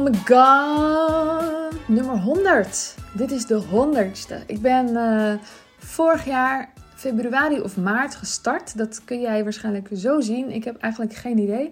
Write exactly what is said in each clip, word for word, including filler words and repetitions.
Oh my god, nummer honderd. Dit is de honderdste. Ik ben uh, vorig jaar februari of maart gestart. Dat kun jij waarschijnlijk zo zien. Ik heb eigenlijk geen idee.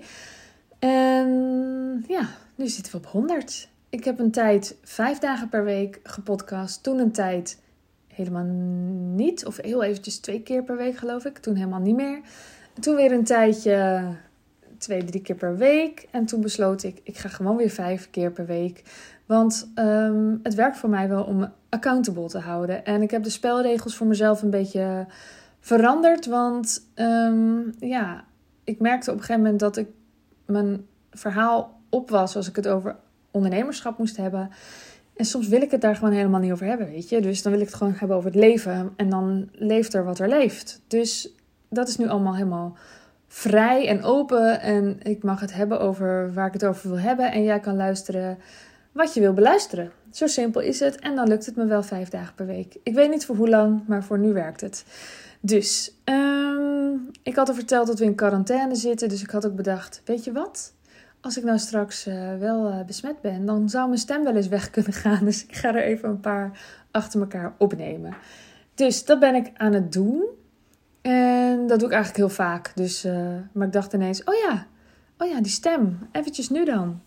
En ja, nu zitten we op honderd. Ik heb een tijd vijf dagen per week gepodcast. Toen een tijd helemaal niet. Of heel eventjes twee keer per week geloof ik. Toen helemaal niet meer. En toen weer een tijdje twee, drie keer per week. En toen besloot ik, ik ga gewoon weer vijf keer per week. Want um, het werkt voor mij wel om me accountable te houden. En ik heb de spelregels voor mezelf een beetje veranderd. Want um, ja, ik merkte op een gegeven moment dat ik mijn verhaal op was als ik het over ondernemerschap moest hebben. En soms wil ik het daar gewoon helemaal niet over hebben, weet je. Dus dan wil ik het gewoon hebben over het leven. En dan leeft er wat er leeft. Dus dat is nu allemaal helemaal vrij en open. En ik mag het hebben over waar ik het over wil hebben. En jij kan luisteren wat je wil beluisteren. Zo simpel is het. En dan lukt het me wel vijf dagen per week. Ik weet niet voor hoe lang, maar voor nu werkt het. Dus, um, ik had al verteld dat we in quarantaine zitten. Dus ik had ook bedacht, weet je wat? Als ik nou straks uh, wel uh, besmet ben, dan zou mijn stem wel eens weg kunnen gaan. Dus ik ga er even een paar achter elkaar opnemen. Dus dat ben ik aan het doen. En dat doe ik eigenlijk heel vaak. Dus, uh, maar ik dacht ineens, oh ja, oh ja, die stem. Eventjes nu dan.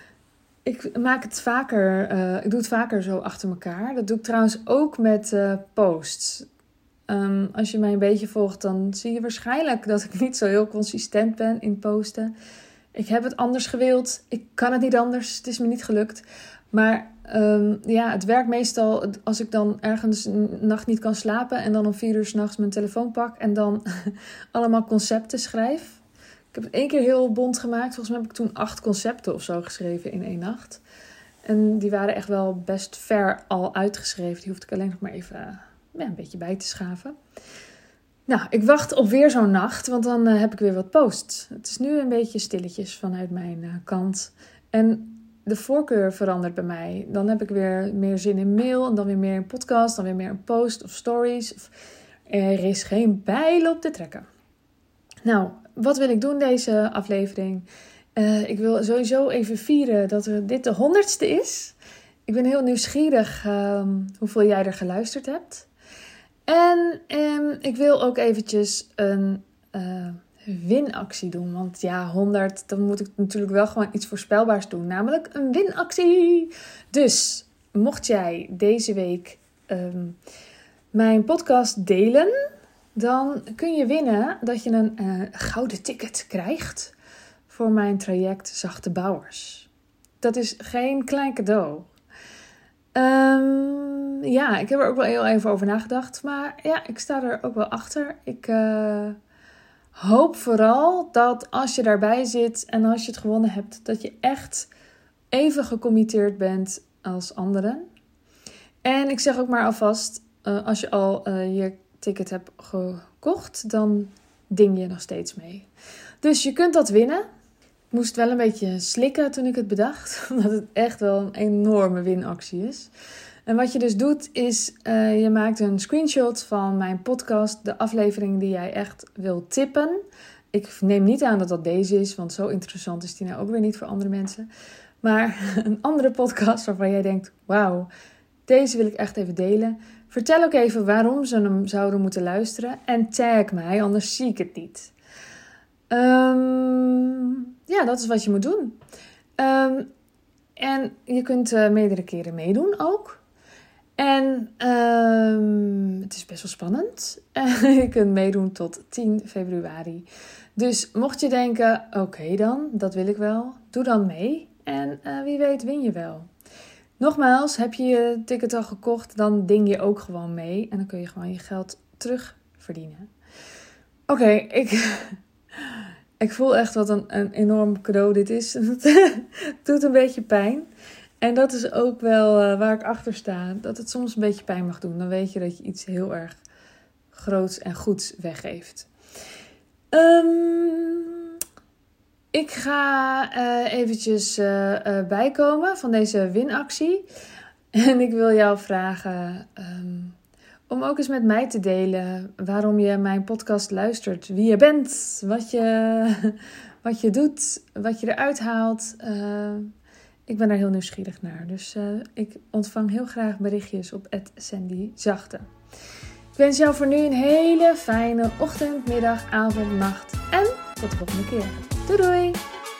Ik maak het vaker, uh, ik doe het vaker zo achter elkaar. Dat doe ik trouwens ook met uh, posts. Um, als je mij een beetje volgt, dan zie je waarschijnlijk dat ik niet zo heel consistent ben in posten. Ik heb het anders gewild. Ik kan het niet anders. Het is me niet gelukt. Maar um, ja, het werkt meestal als ik dan ergens een nacht niet kan slapen. En dan om vier uur 's nachts mijn telefoon pak. En dan allemaal concepten schrijf. Ik heb het één keer heel bont gemaakt. Volgens mij heb ik toen acht concepten of zo geschreven in één nacht. En die waren echt wel best ver al uitgeschreven. Die hoefde ik alleen nog maar even ja, een beetje bij te schaven. Nou, ik wacht op weer zo'n nacht, want dan uh, heb ik weer wat posts. Het is nu een beetje stilletjes vanuit mijn uh, kant. En de voorkeur verandert bij mij. Dan heb ik weer meer zin in mail, en dan weer meer in podcast, dan weer meer een post of stories. Of er is geen bijl op te trekken. Nou, wat wil ik doen deze aflevering? Uh, ik wil sowieso even vieren dat er dit de honderdste is. Ik ben heel nieuwsgierig uh, hoeveel jij er geluisterd hebt. En um, ik wil ook eventjes een uh, winactie doen. Want ja, honderd, dan moet ik natuurlijk wel gewoon iets voorspelbaars doen. Namelijk een winactie. Dus, mocht jij deze week um, mijn podcast delen, dan kun je winnen dat je een uh, gouden ticket krijgt voor mijn traject Zachte Bouwers. Dat is geen klein cadeau. Um, ja, ik heb er ook wel heel even over nagedacht. Maar ja, ik sta er ook wel achter. Ik uh, hoop vooral dat als je daarbij zit en als je het gewonnen hebt, dat je echt even gecommitteerd bent als anderen. En ik zeg ook maar alvast, uh, als je al uh, je ticket hebt gekocht, dan ding je nog steeds mee. Dus je kunt dat winnen. Ik moest wel een beetje slikken toen ik het bedacht. Omdat het echt wel een enorme winactie is. En wat je dus doet is, uh, je maakt een screenshot van mijn podcast. De aflevering die jij echt wil tippen. Ik neem niet aan dat dat deze is. Want zo interessant is die nou ook weer niet voor andere mensen. Maar een andere podcast waarvan jij denkt, wauw, deze wil ik echt even delen. Vertel ook even waarom ze hem zouden moeten luisteren. En tag mij, anders zie ik het niet. Um, ja, dat is wat je moet doen. Um, en je kunt uh, meerdere keren meedoen ook. En um, het is best wel spannend. Je kunt meedoen tot tien februari. Dus mocht je denken, oké okay dan, dat wil ik wel. Doe dan mee. En uh, wie weet win je wel. Nogmaals, heb je je ticket al gekocht, dan ding je ook gewoon mee. En dan kun je gewoon je geld terug verdienen. Oké, okay, ik... Ik voel echt wat een, een enorm cadeau dit is. Het doet een beetje pijn. En dat is ook wel uh, waar ik achter sta. Dat het soms een beetje pijn mag doen. Dan weet je dat je iets heel erg groots en goeds weggeeft. Um, ik ga uh, eventjes uh, uh, bijkomen van deze winactie. En ik wil jou vragen Um, om ook eens met mij te delen waarom je mijn podcast luistert. Wie je bent, wat je, wat je doet, wat je eruit haalt. Uh, ik ben daar heel nieuwsgierig naar. Dus uh, ik ontvang heel graag berichtjes op at Sandy Zachte. Ik wens jou voor nu een hele fijne ochtend, middag, avond, nacht en tot de volgende keer. Doei doei!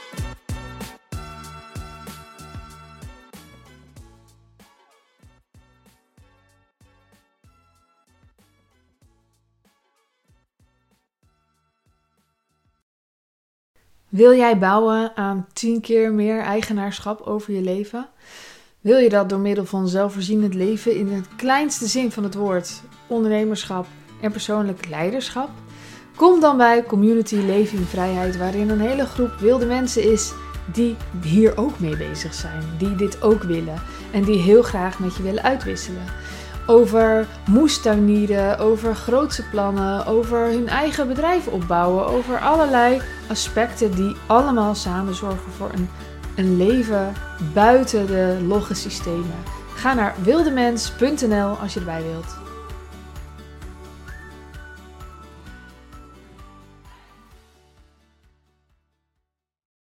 Wil jij bouwen aan tien keer meer eigenaarschap over je leven? Wil je dat door middel van zelfvoorzienend leven in het kleinste zin van het woord, ondernemerschap en persoonlijk leiderschap? Kom dan bij Community Leven in Vrijheid, waarin een hele groep wilde mensen is die hier ook mee bezig zijn, die dit ook willen en die heel graag met je willen uitwisselen. Over moestuinieren, over grootse plannen, over hun eigen bedrijf opbouwen, over allerlei aspecten die allemaal samen zorgen voor een, een leven buiten de logge systemen. Ga naar wildemens punt n l als je erbij wilt.